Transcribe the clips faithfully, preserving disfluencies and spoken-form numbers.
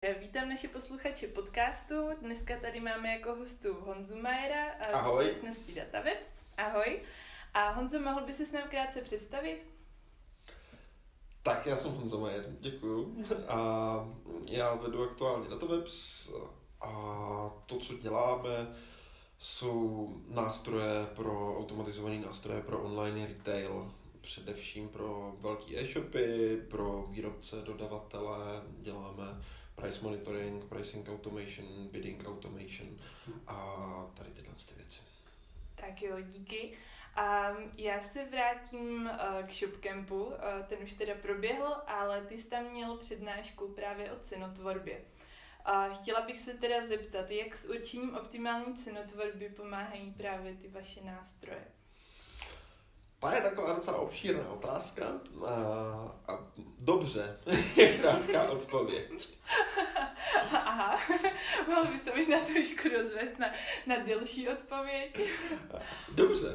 Vítám naše posluchače podcastu. Dneska tady máme jako hostu Honzu Majera a společnosti Datawebs. Ahoj. A Honzo, mohl by se s nám krátce představit? Tak, já jsem Honza Majer, děkuju. A já vedu aktuálně Datawebs a to, co děláme, jsou nástroje pro, automatizované nástroje pro online retail. Především pro velký e-shopy, pro výrobce, dodavatele, děláme price monitoring, pricing automation, bidding automation a tady tyhle ty věci. Tak jo, díky. A já se vrátím k ShopCampu, ten už teda proběhl, ale ty jsi tam měl přednášku právě o cenotvorbě. A chtěla bych se teda zeptat, jak s určením optimální cenotvorby pomáhají právě ty vaše nástroje? To je taková docela obšírná otázka a, a dobře, je krátká odpověď. Aha, mohl bys to možná trošku rozvést na, na delší odpověď. Dobře.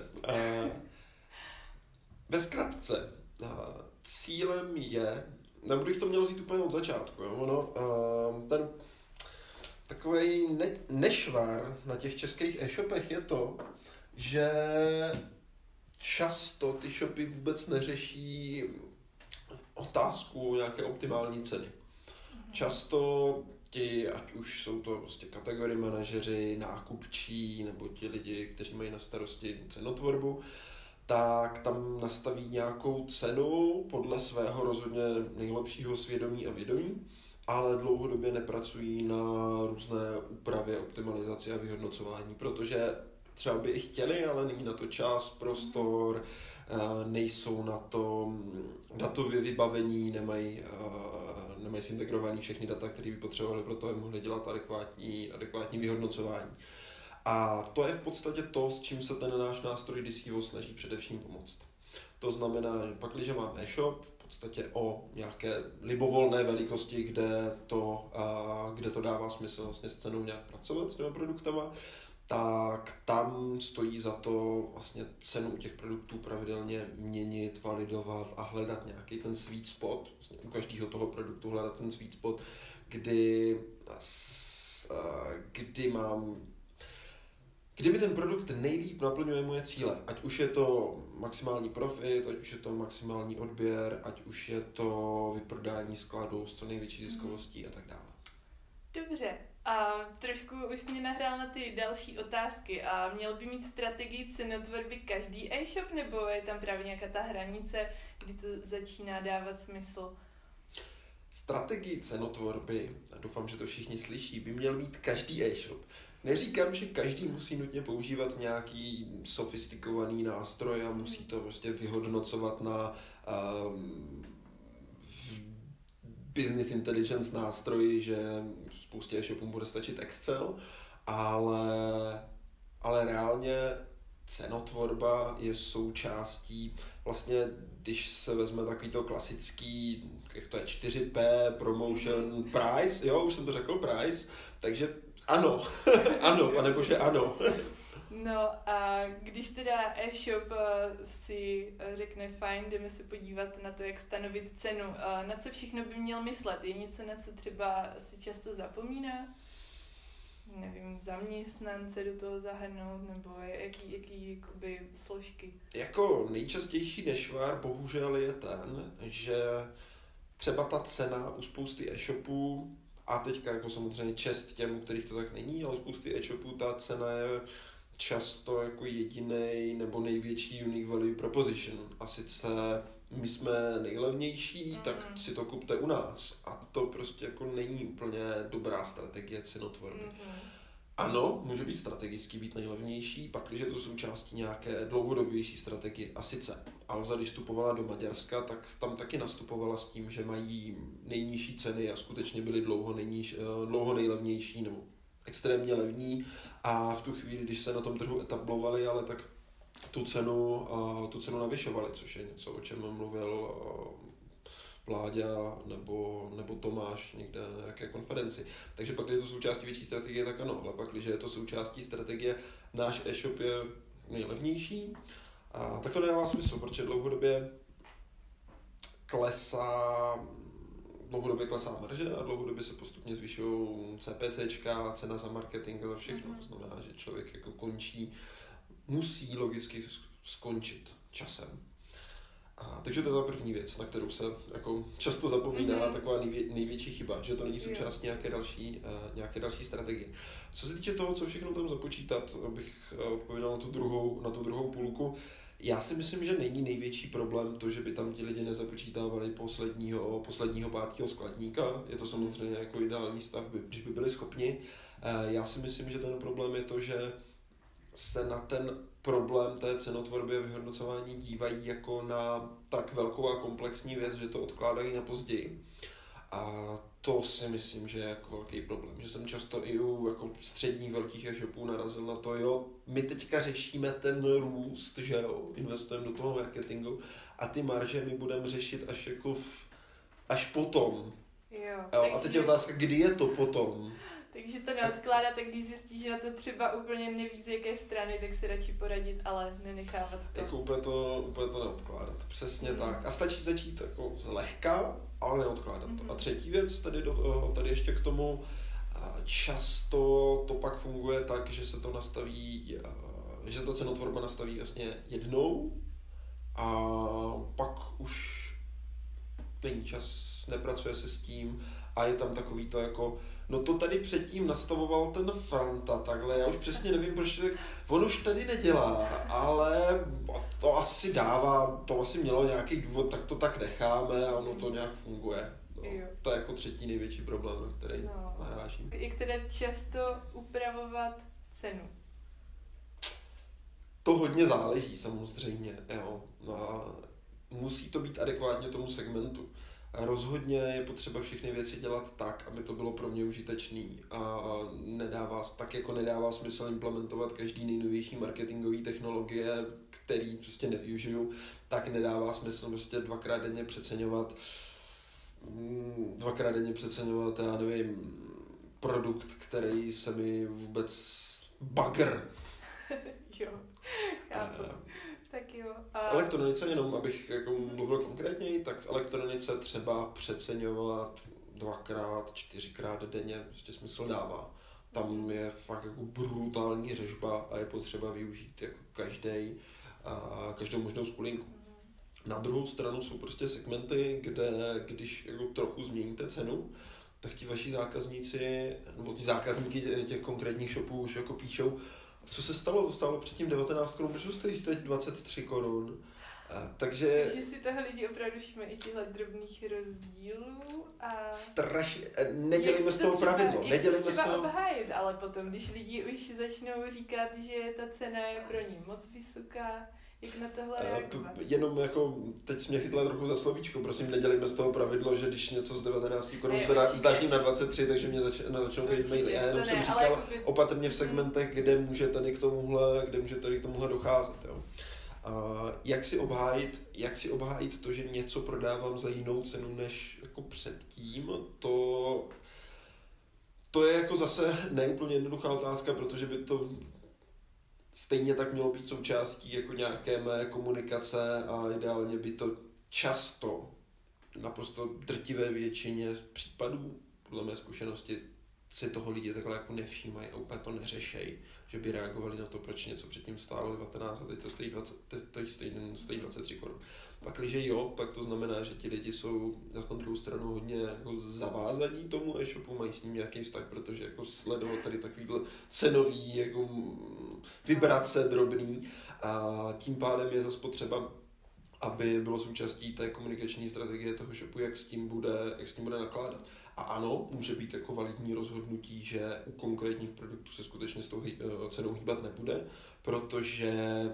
Ve zkratce, cílem je, nebudu to mělo vzít úplně od začátku, jo? Ono, ten takovej ne, nešvar na těch českých e-shopech je to, že často ty shopy vůbec neřeší otázku nějaké optimální ceny. Často ti, ať už jsou to prostě kategorie manažeři, nákupčí, nebo ti lidi, kteří mají na starosti cenotvorbu, tak tam nastaví nějakou cenu podle svého rozhodně nejlepšího svědomí a vědomí, ale dlouhodobě nepracují na různé úpravě, optimalizaci a vyhodnocování, protože třeba by i chtěli, ale není na to čas, prostor, nejsou na to datově vybavení, nemají, nemají si integrovaný všechny data, které by potřebovali pro to, aby mohli dělat adekvátní, adekvátní vyhodnocování. A to je v podstatě to, s čím se ten náš nástroj D C O snaží především pomoct. To znamená, že pak, když máme e-shop, v podstatě o nějaké libovolné velikosti, kde to, kde to dává smysl vlastně s cenou nějak pracovat s těma produktama, tak tam stojí za to vlastně cenu těch produktů pravidelně měnit, validovat a hledat nějaký ten sweet spot, vlastně u každého toho produktu hledat ten sweet spot, kdy, kdy mám kdy mi ten produkt nejlíp naplňuje moje cíle. Ať už je to maximální profit, ať už je to maximální odběr, ať už je to vyprodání skladu s co největší ziskovostí a tak dále. Dobře. A trošku už jsi mě nahrál na ty další otázky. A měl by mít strategii cenotvorby každý e-shop, nebo je tam právě nějaká ta hranice, kdy to začíná dávat smysl? Strategii cenotvorby, a doufám, že to všichni slyší, by měl mít každý e-shop. Neříkám, že každý musí nutně používat nějaký sofistikovaný nástroj a musí to prostě vyhodnocovat na um, business intelligence nástroji, že spoustě e-shopům bude stačit Excel, ale, ale reálně cenotvorba je součástí, vlastně když se vezme takový to klasický, jak to je čtyři P, promotion, price, jo, už jsem to řekl, price, takže ano, ano, pane bože, ano. No a když teda e-shop si řekne fajn, jdeme se podívat na to, jak stanovit cenu, na co všechno by měl myslet? Je něco, na co třeba si často zapomíná? Nevím, zaměstnance do toho zahrnout, nebo jaký, jaký jakoby složky? Jako nejčastější nešvar bohužel je ten, že třeba ta cena u spousty e-shopů, a teďka jako samozřejmě čest těm, u kterých to tak není, ale spousty e-shopů ta cena je často jako jedinej nebo největší unique value proposition. A sice my jsme nejlevnější, mm. tak si to kupte u nás. A to prostě jako není úplně dobrá strategie cenotvorby. Mm. Ano, může být strategicky být nejlevnější, pak když je to součástí nějaké dlouhodobější strategie. A sice Alza, když vstupovala do Maďarska, tak tam taky nastupovala s tím, že mají nejnižší ceny a skutečně byly dlouho, nejniž, dlouho nejlevnější nebo extrémně levní a v tu chvíli, když se na tom trhu etablovali, ale tak tu cenu, tu cenu navyšovali, což je něco, o čem mluvil Vláďa nebo, nebo Tomáš někde na nějaké konferenci. Takže pak, když je to součástí větší strategie, tak ano, ale pak, když je to součástí strategie, náš e-shop je nejlevnější, a tak to nedává smysl, protože dlouhodobě klesá dlouhodobě klesá marže a dlouhodobě se postupně zvyšují CPCčka, cena za marketing a za všechno. Mm-hmm. To znamená, že člověk jako končí, musí logicky skončit časem. A, takže to je ta první věc, na kterou se jako často zapomíná, mm-hmm. taková nejvě, největší chyba, že to není součást nějaké další, uh, nějaké další strategie. Co se týče toho, co všechno tam započítat, abych uh, odpověděl na tu druhou, na tu druhou půlku, já si myslím, že není největší problém to, že by tam ti lidi nezapočítávali posledního, posledního pátého skladníka. Je to samozřejmě jako ideální stav, když by byli schopni. Uh, já si myslím, že ten problém je to, že se na ten problém té cenotvorby a vyhodnocování dívají jako na tak velkou a komplexní věc, že to odkládají na později. A to si myslím, že je jako velký problém. Že jsem často i u jako středních velkých e-shopů narazil na to, jo, my teďka řešíme ten růst, že jo, investujeme do toho marketingu a ty marže my budeme řešit až jako v, až potom. Jo, jo, a teď je otázka, kdy je to potom? Takže to neodkládat, tak když zjistí, že na to třeba úplně neví z jaké strany, tak si radši poradit, ale nenechávat to. Jako úplně to, úplně to neodkládat, přesně mm. tak. A stačí začít jako zlehka, ale neodkládat mm. to. A třetí věc, tady, do, tady ještě k tomu, často to pak funguje tak, že se to nastaví, že se ta cenotvorba nastaví vlastně jednou a pak už není čas, nepracuje se s tím a je tam takový to jako, no to tady předtím nastavoval ten Franta takhle, já už přesně nevím, proč tak, on už tady nedělá, ale to asi dává, to asi mělo nějaký důvod, tak to tak necháme a ono to nějak funguje. No, to je jako třetí největší problém, na který no. narážím. Jak teda často upravovat cenu? To hodně záleží samozřejmě, jo. No, musí to být adekvátně tomu segmentu. Rozhodně je potřeba všechny věci dělat tak, aby to bylo pro mě užitečný a nedává, tak jako nedává smysl implementovat každý nejnovější marketingový technologie, který prostě nevyužiju, tak nedává smysl prostě dvakrát denně přeceňovat dvakrát denně přeceňovat, já nevím, produkt, který se mi vůbec bagr. Jo, chápu. Tak jo. A... V elektronice, jenom abych jako mluvil konkrétněji, tak v elektronice třeba přeceňovat dvakrát, čtyřikrát denně prostě smysl dává. Tam je fakt jako brutální řežba a je potřeba využít jako každý, a každou možnou skulinku. Na druhou stranu jsou prostě segmenty, kde když jako trochu změníte cenu, tak ti vaši zákazníci, nebo ti zákazníky těch konkrétních shopů už jako píšou, co se stalo? Stálo předtím devatenáct korun, protože stojí teď dvacet tři korun. A, takže... Takže si toho lidi opravdu všimne i těchto drobných rozdílů a... Strašně, nedělejme z toho pravidlo. Jak nedělejme se třeba z toho... obhájit, ale potom, když lidi už začnou říkat, že ta cena je pro ní moc vysoká, jak na tohle reagovat? Jenom jako, teď jsi mě chytla trochu za slovíčko, prosím, nedělejme z toho pravidlo, že když něco z devatenáct korun zdažím na dvacet tři, takže mě zač- začnou chodit maily. Já jenom jsem ne, říkal jako by... opatrně v segmentech, kde může tady k tomuhle, kde může tady k tomuhle docházet. Jo. A jak si obhájit, jak si obhájit to, že něco prodávám za jinou cenu než jako předtím, to, to je jako zase neúplně jednoduchá otázka, protože by to stejně tak mělo být součástí jako nějaké mé komunikace a ideálně by to často, naprosto drtivé většině případů, podle mé zkušenosti, si toho lidi takhle jako nevšímají a úplně to neřešejí, že by reagovali na to, proč něco předtím stálo devatenáct a teď to stojí, dvacet, teď stojí, stojí dvacet tři korun. Pak, když jo, tak to znamená, že ti lidi jsou na druhou stranu hodně jako zavázaní tomu e-shopu, mají s ním nějaký vztah, protože jako sledovat tady takovýhle cenový jako vibrace drobný a tím pádem je zase potřeba, aby bylo součástí té komunikační strategie toho shopu, jak s tím bude, jak s tím bude nakládat. A ano, může být jako validní rozhodnutí, že u konkrétních produktů se skutečně s tou cenou hýbat nebude, protože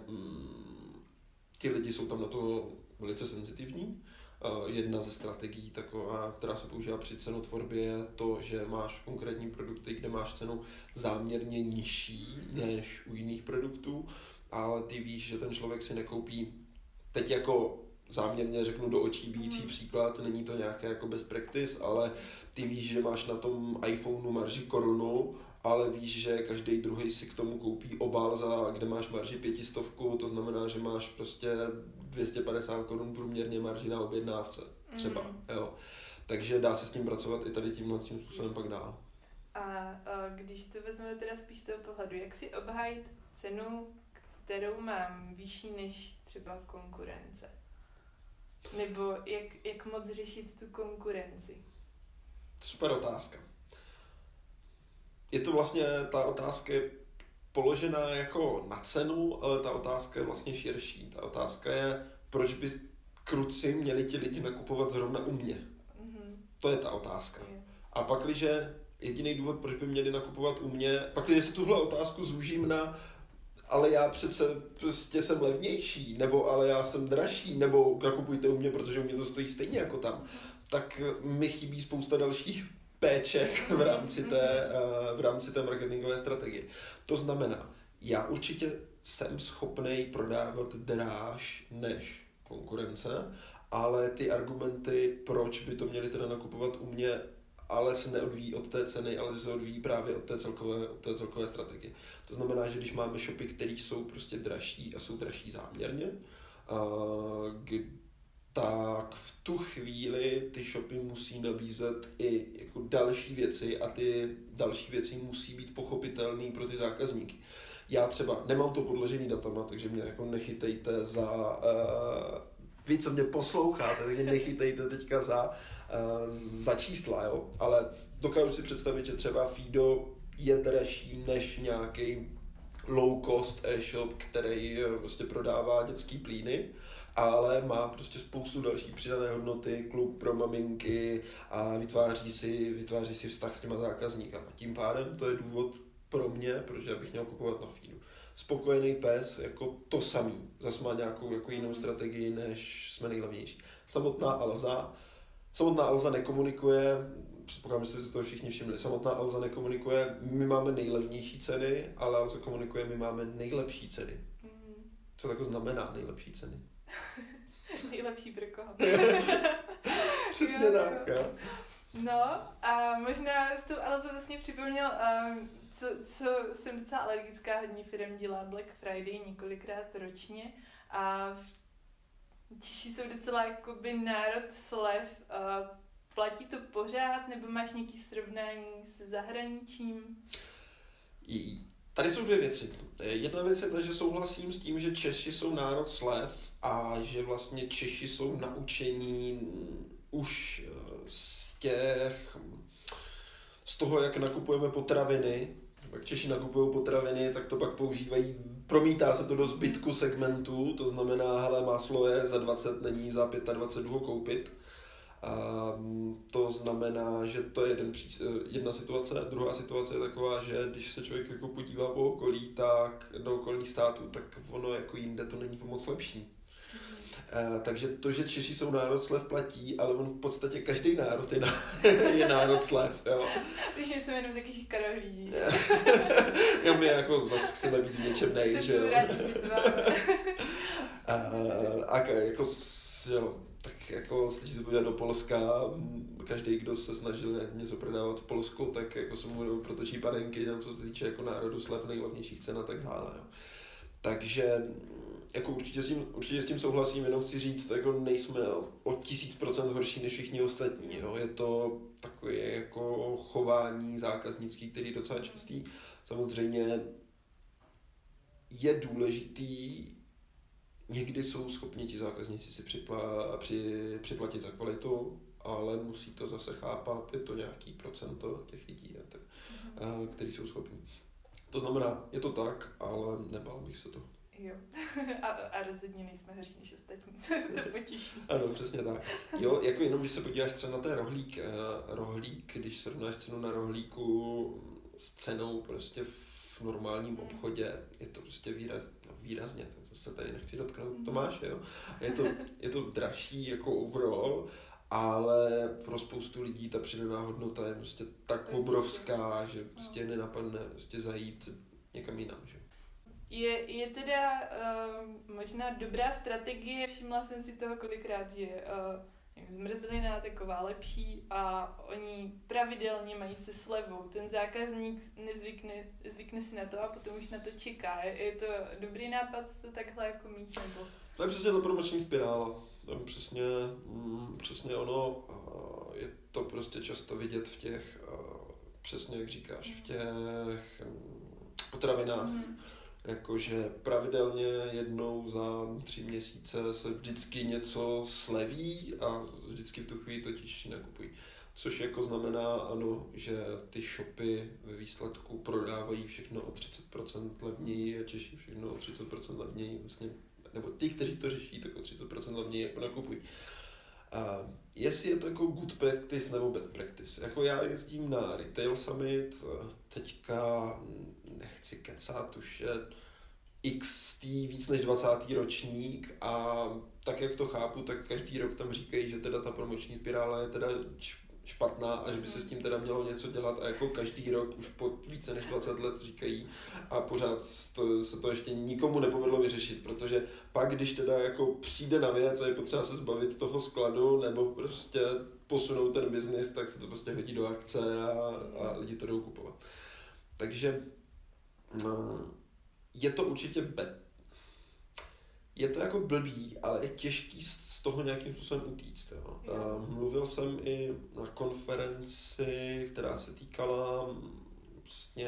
mm, ti lidi jsou tam na to velice senzitivní. Uh, jedna ze strategií, taková, která se používá při cenotvorbě, je to, že máš konkrétní produkty, kde máš cenu záměrně nižší než u jiných produktů, ale ty víš, že ten člověk si nekoupí teď jako záměrně řeknu do očí bijící příklad, není to nějaké jako best practice, ale ty víš, že máš na tom iPhoneu marži korunu, ale víš, že každý druhý si k tomu koupí obal, za, kde máš marži pětistovku, to znamená, že máš prostě dvě stě padesát korun průměrně marži na objednávce třeba, mm. jo. Takže dá se s tím pracovat i tady tímhle tím způsobem pak dál. A, a když to vezmeme teda spíš z toho pohledu, jak si obhájit cenu, kterou mám vyšší než třeba konkurence? Nebo jak, jak moc řešit tu konkurenci? Super otázka. Je to vlastně, ta otázka je položená jako na cenu, ale ta otázka je vlastně širší. Ta otázka je, proč by kruci měli ti lidi nakupovat zrovna u mě. Mm-hmm. To je ta otázka. Je. A pak, když jediný důvod, proč by měli nakupovat u mě, pak, když si tuhle otázku zúžím na ale já přece prostě jsem levnější, nebo ale já jsem dražší, nebo nakupujte u mě, protože u mě to stojí stejně jako tam, tak mi chybí spousta dalších péček v rámci té, v rámci té marketingové strategie. To znamená, já určitě jsem schopnej prodávat dráž než konkurence, ale ty argumenty, proč by to měli teda nakupovat u mě, ale se neodvíjí od té ceny, ale se odvíjí právě od té celkové, od té celkové strategie. To znamená, že když máme shopy, které jsou prostě dražší a jsou dražší záměrně, a, tak v tu chvíli ty shopy musí nabízet i jako další věci a ty další věci musí být pochopitelné pro ty zákazníky. Já třeba nemám to podložený datama, takže mě jako nechytejte za... Uh, vy, co mě posloucháte, tak mě nechytejte teďka za, uh, za čísla, jo? Ale dokážu si představit, že třeba Fido je dražší než nějaký low cost e-shop, který prostě prodává dětský plíny, ale má prostě spoustu další přidané hodnoty, klub pro maminky a vytváří si, vytváří si vztah s těma zákazníkama. Tím pádem to je důvod pro mě, protože já bych měl kupovat na Fidu. Spokojený pes jako to samý. Zase má nějakou jako jinou strategii, než jsme nejlevnější. Samotná Alza, samotná Alza nekomunikuje, předpokládám, že jste si to všichni všimli, samotná Alza nekomunikuje, my máme nejlevnější ceny, ale Alza komunikuje, my máme nejlepší ceny. Co to jako znamená nejlepší ceny? Nejlepší pro koho? Přesně jo, tak, jo. No a možná s tou Alzou vlastně připomněl, um, co, co jsem docela alergická, hodně firem dělá Black Friday několikrát ročně a Češi jsou docela jakoby národ slev. Uh, platí to pořád, nebo máš nějaké srovnání se zahraničím? I, tady jsou dvě věci. Jedna věc je ta, že souhlasím s tím, že Češi jsou národ slev a že vlastně Češi jsou naučení už z těch, z toho, jak nakupujeme potraviny. Jak Češi nakupují potraviny, tak to pak používají, promítá se to do zbytku segmentu, to znamená, hele, máslo je za dvacet, není za dvacet pět ho koupit. A to znamená, že to je jeden, jedna situace. Druhá situace je taková, že když se člověk jako podívá po okolí, tak do okolních států, tak ono jako jinde to není moc lepší. Uh, takže to, že Češi jsou národ slev, platí, ale on v podstatě každý národ je, ná, je národ slev, jo. Takže jsme jenom takových karohlí. Jo, my jako zase chceme být v něčem nej, že jo. A, a jako, jo, tak jako stačí se podívat do Polska, každý, kdo se snažil něco prodávat v Polsku, tak jako se mu protočí panenky, tam co se týče jako národu slev, nejlevnějších cen a tak dále, jo. Takže jako určitě s tím, určitě s tím souhlasím, jenom chci říct, jako nejsme o tisíc procent horší než všichni ostatní. Jo? Je to takové jako chování zákaznický, který je docela častý. Samozřejmě je důležitý, někdy jsou schopni ti zákazníci si připla, při, připlatit za kvalitu, ale musí to zase chápat, je to nějaký procento těch lidí, tak, mm-hmm. který jsou schopní. To znamená, je to tak, ale nebál bych se toho. Jo. A, a rozhodně nejsme horší než ostatní. To potěší. Ano, přesně tak. Jo, jako jenom, když se podíváš třeba na ten rohlík, rohlík, když srovnáš cenu na rohlíku s cenou prostě v normálním obchodě, je to prostě výraz, no, výrazně, to se tady nechci dotknout, Tomáš, jo. Je to, je to dražší jako overall, ale pro spoustu lidí ta přidaná hodnota je prostě tak obrovská, že prostě nenapadne prostě zajít někam jinam, že? Je, je teda uh, možná dobrá strategie, všimla jsem si toho kolikrát, že uh, zmrzlina taková lepší a oni pravidelně mají se slevou. Ten zákazník nezvykne, zvykne si na to a potom už na to čeká. Je, je to dobrý nápad to takhle jako mít? Nebo? To je přesně ta promoční spirála. To je přesně, mm, přesně ono. Je to prostě často vidět v těch, přesně jak říkáš, v těch potravinách. Mm. Jakože pravidelně jednou za tři měsíce se vždycky něco sleví a vždycky v tu chvíli to ti Češi nakupují. Což jako znamená, ano, že ty shopy ve výsledku prodávají všechno o třicet procent levněji a Češi všechno o třicet procent levněji. Vlastně, nebo ty, kteří to řeší, tak o třicet procent levněji jako nakupují. A jestli je to jako good practice nebo bad practice. Jako já jezdím na Retail Summit, teďka nechci kecat, už je x tý víc než dvacátý ročník a tak, jak to chápu, tak každý rok tam říkají, že teda ta promoční spirála je teda špatná a že by se s tím teda mělo něco dělat a jako každý rok už po více než dvacet let říkají a pořád to, se to ještě nikomu nepovedlo vyřešit, protože pak, když teda jako přijde na věc a je potřeba se zbavit toho skladu nebo prostě posunout ten biznis, tak se to prostě hodí do akce a, a lidi to jdou kupovat. Takže no, je to určitě be- je to jako blbý, ale je těžký z toho nějakým způsobem utíct. Jo. A mluvil jsem i na konferenci, která se týkala vlastně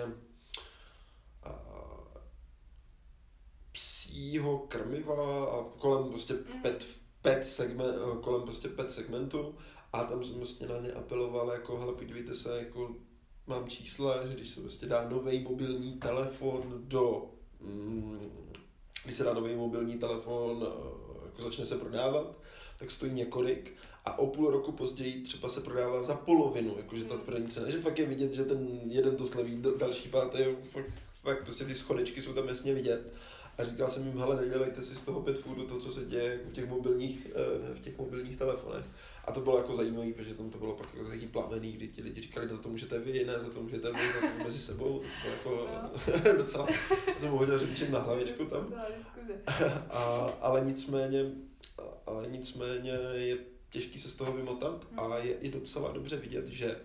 psího krmiva a kolem prostě pet, pet segment, kolem prostě pet segmentu a tam jsem vlastně na ně apeloval jako, hele, podívejte se, jako mám čísla, že když se prostě dá nový mobilní telefon do když se dá nový mobilní telefon, jako začne se prodávat, tak stojí několik a o půl roku později třeba se prodává za polovinu, jakože ta první cena, že fakt je vidět, že ten jeden to sleví, další pátý, fakt, fakt prostě ty schodečky jsou tam jasně vidět. A říkal jsem jim, hele, nedělejte si z toho pet foodu to, co se děje v těch mobilních, v těch mobilních telefonech. A to bylo jako zajímavé, protože tam to bylo pak jako takový plamený, kdy ti lidi říkali, za to můžete vy, ne, za to můžete vy, jako mezi sebou. To bylo jako no. docela, jsem mu hodil řebiček na hlavičku tam. A, ale nicméně, ale nicméně je těžký se z toho vymotat a je i docela dobře vidět, že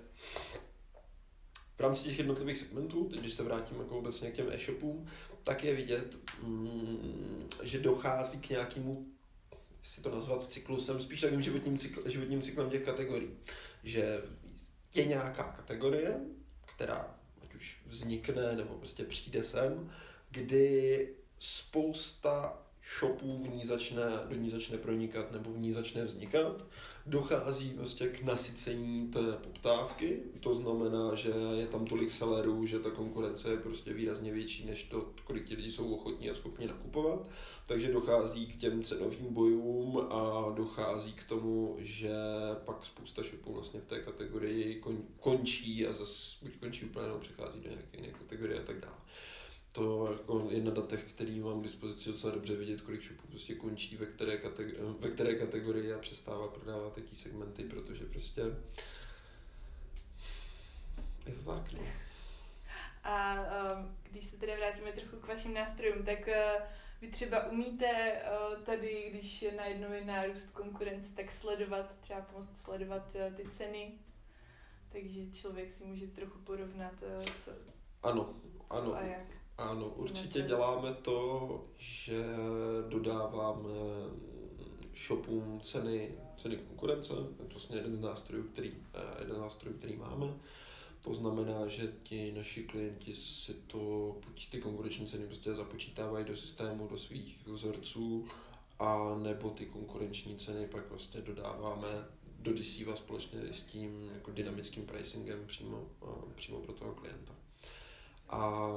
v rámci těch jednotlivých segmentů, teď když se vrátím jako obecně k těm e-shopům, tak je vidět, mm, že dochází k nějakému, jestli to nazvat cyklusem, spíš takým životním, cykl, životním cyklem těch kategorií. Že je nějaká kategorie, která ať už vznikne nebo prostě přijde sem, kdy spousta shopů v ní začne, do ní začne pronikat nebo v ní začne vznikat. Dochází prostě k nasycení té poptávky, to znamená, že je tam tolik sellerů, že ta konkurence je prostě výrazně větší, než to, kolik ti lidi jsou ochotní a schopni nakupovat. Takže dochází k těm cenovým bojům a dochází k tomu, že pak spousta shopů vlastně v té kategorii kon, končí a zase buď končí úplně nebo přechází do nějaké jiné kategorie a tak dále. To jako je na datech, který mám k dispozici docela dobře vidět, kolik shopů prostě končí, ve které, kategori- ve které kategorii a přestává prodávat jaký segmenty, protože prostě je to tak, no. A um, když se teda vrátíme trochu k vašim nástrojům, tak uh, vy třeba umíte uh, tady, když najednou je nárůst konkurence, tak sledovat, třeba pomoct sledovat uh, ty ceny, takže člověk si může trochu porovnat, uh, co, ano, co ano. a jak. Ano, určitě děláme to, že dodáváme shopům ceny, ceny konkurence, to je vlastně jeden z nástrojů, který, jeden z nástrojů, který máme. To znamená, že ti naši klienti si to, buď ty konkurenční ceny prostě započítávají do systému, do svých vzorců, a nebo ty konkurenční ceny pak vlastně dodáváme do Deceiva společně s tím jako dynamickým pricingem přímo, přímo pro toho klienta. A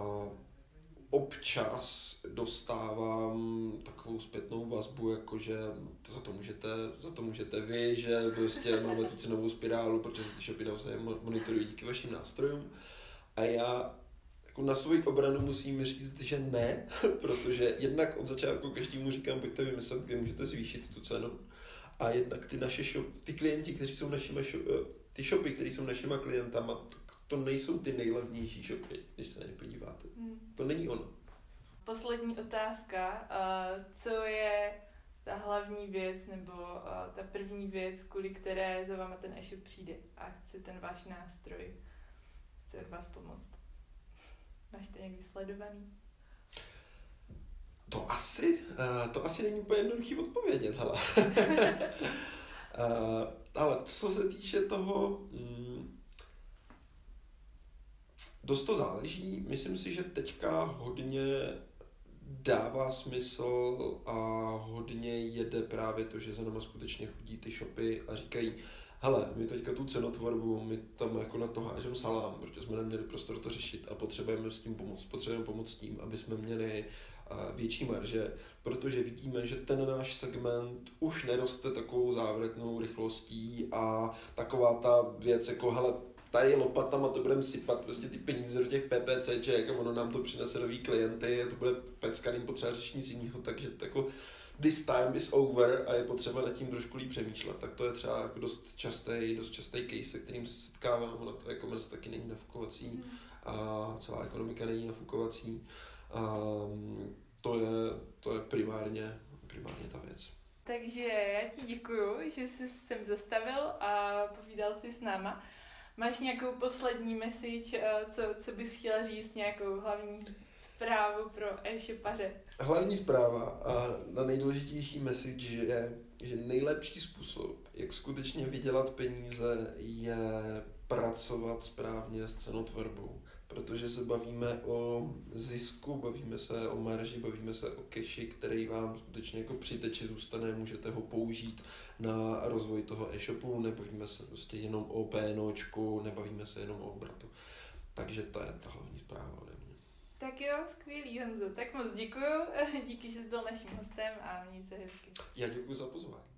občas dostávám takovou zpětnou vazbu, jakože to za to můžete, za to můžete vy, že prostě máme tu cenovou spirálu, protože se ty shopy navzájem monitorují díky vašim nástrojům. A já jako na svoji obranu musím říct, že ne, protože jednak od začátku každému říkám, pojďte vymyslet, kde můžete zvýšit tu cenu. A jednak ty naše shop, ty klienti, kteří jsou našimi shop, ty shopy, které jsou našima klientama, to nejsou ty nejlevnější shopy, když se na ně podíváte. Hmm. To není ono. Poslední otázka. Co je ta hlavní věc nebo ta první věc, kvůli které za váma ten e-shop přijde a chce ten váš nástroj, chce vás pomoct? Máš to nějak vysledovaný? To asi, uh, to asi není úplně jednoduchý odpovědět, hele. uh, ale co se týče toho, mm, dost to záleží. Myslím si, že teďka hodně dává smysl a hodně jede právě to, že za náma skutečně chodí ty shopy a říkají, hele, my teďka tu cenotvorbu, my tam jako na to hážeme salám, protože jsme neměli prostor to řešit a potřebujeme s tím pomoct. Potřebujeme pomoct tím, aby jsme měli větší marže, protože vidíme, že ten náš segment už neroste takovou závratnou rychlostí a taková ta věc jako, hele, tady lopatama to budeme sypat prostě ty peníze do těch PPCček a ono nám to přinese nový klienty a to bude pecka, jim potřeba řešit nic jiného, takže jako this time is over a je potřeba nad tím trošku líp přemýšlet. Tak to je třeba jako dost častý, dost častý case, se kterým se setkávám, ono to e-commerce taky není nafukovací a celá ekonomika není nafukovací. A to je, to je primárně, primárně ta věc. Takže já ti děkuju, že jsi sem zastavil a povídal si s náma. Máš nějakou poslední message, co, co bys chtěla říct, nějakou hlavní zprávu pro e-shopaře? Hlavní zpráva a na nejdůležitější message je, že nejlepší způsob, jak skutečně vydělat peníze, je pracovat správně s cenotvorbou. Protože se bavíme o zisku, bavíme se o marži, bavíme se o cashi, který vám skutečně jako při teči zůstane, můžete ho použít na rozvoj toho e-shopu, nebavíme se prostě jenom o PNOčku, nebavíme se jenom o obratu. Takže to je ta hlavní zpráva ode mě. Tak jo, skvělý, Honzo. Tak moc děkuju, díky, že jsi byl naším hostem a měj se hezky. Já děkuji za pozvání.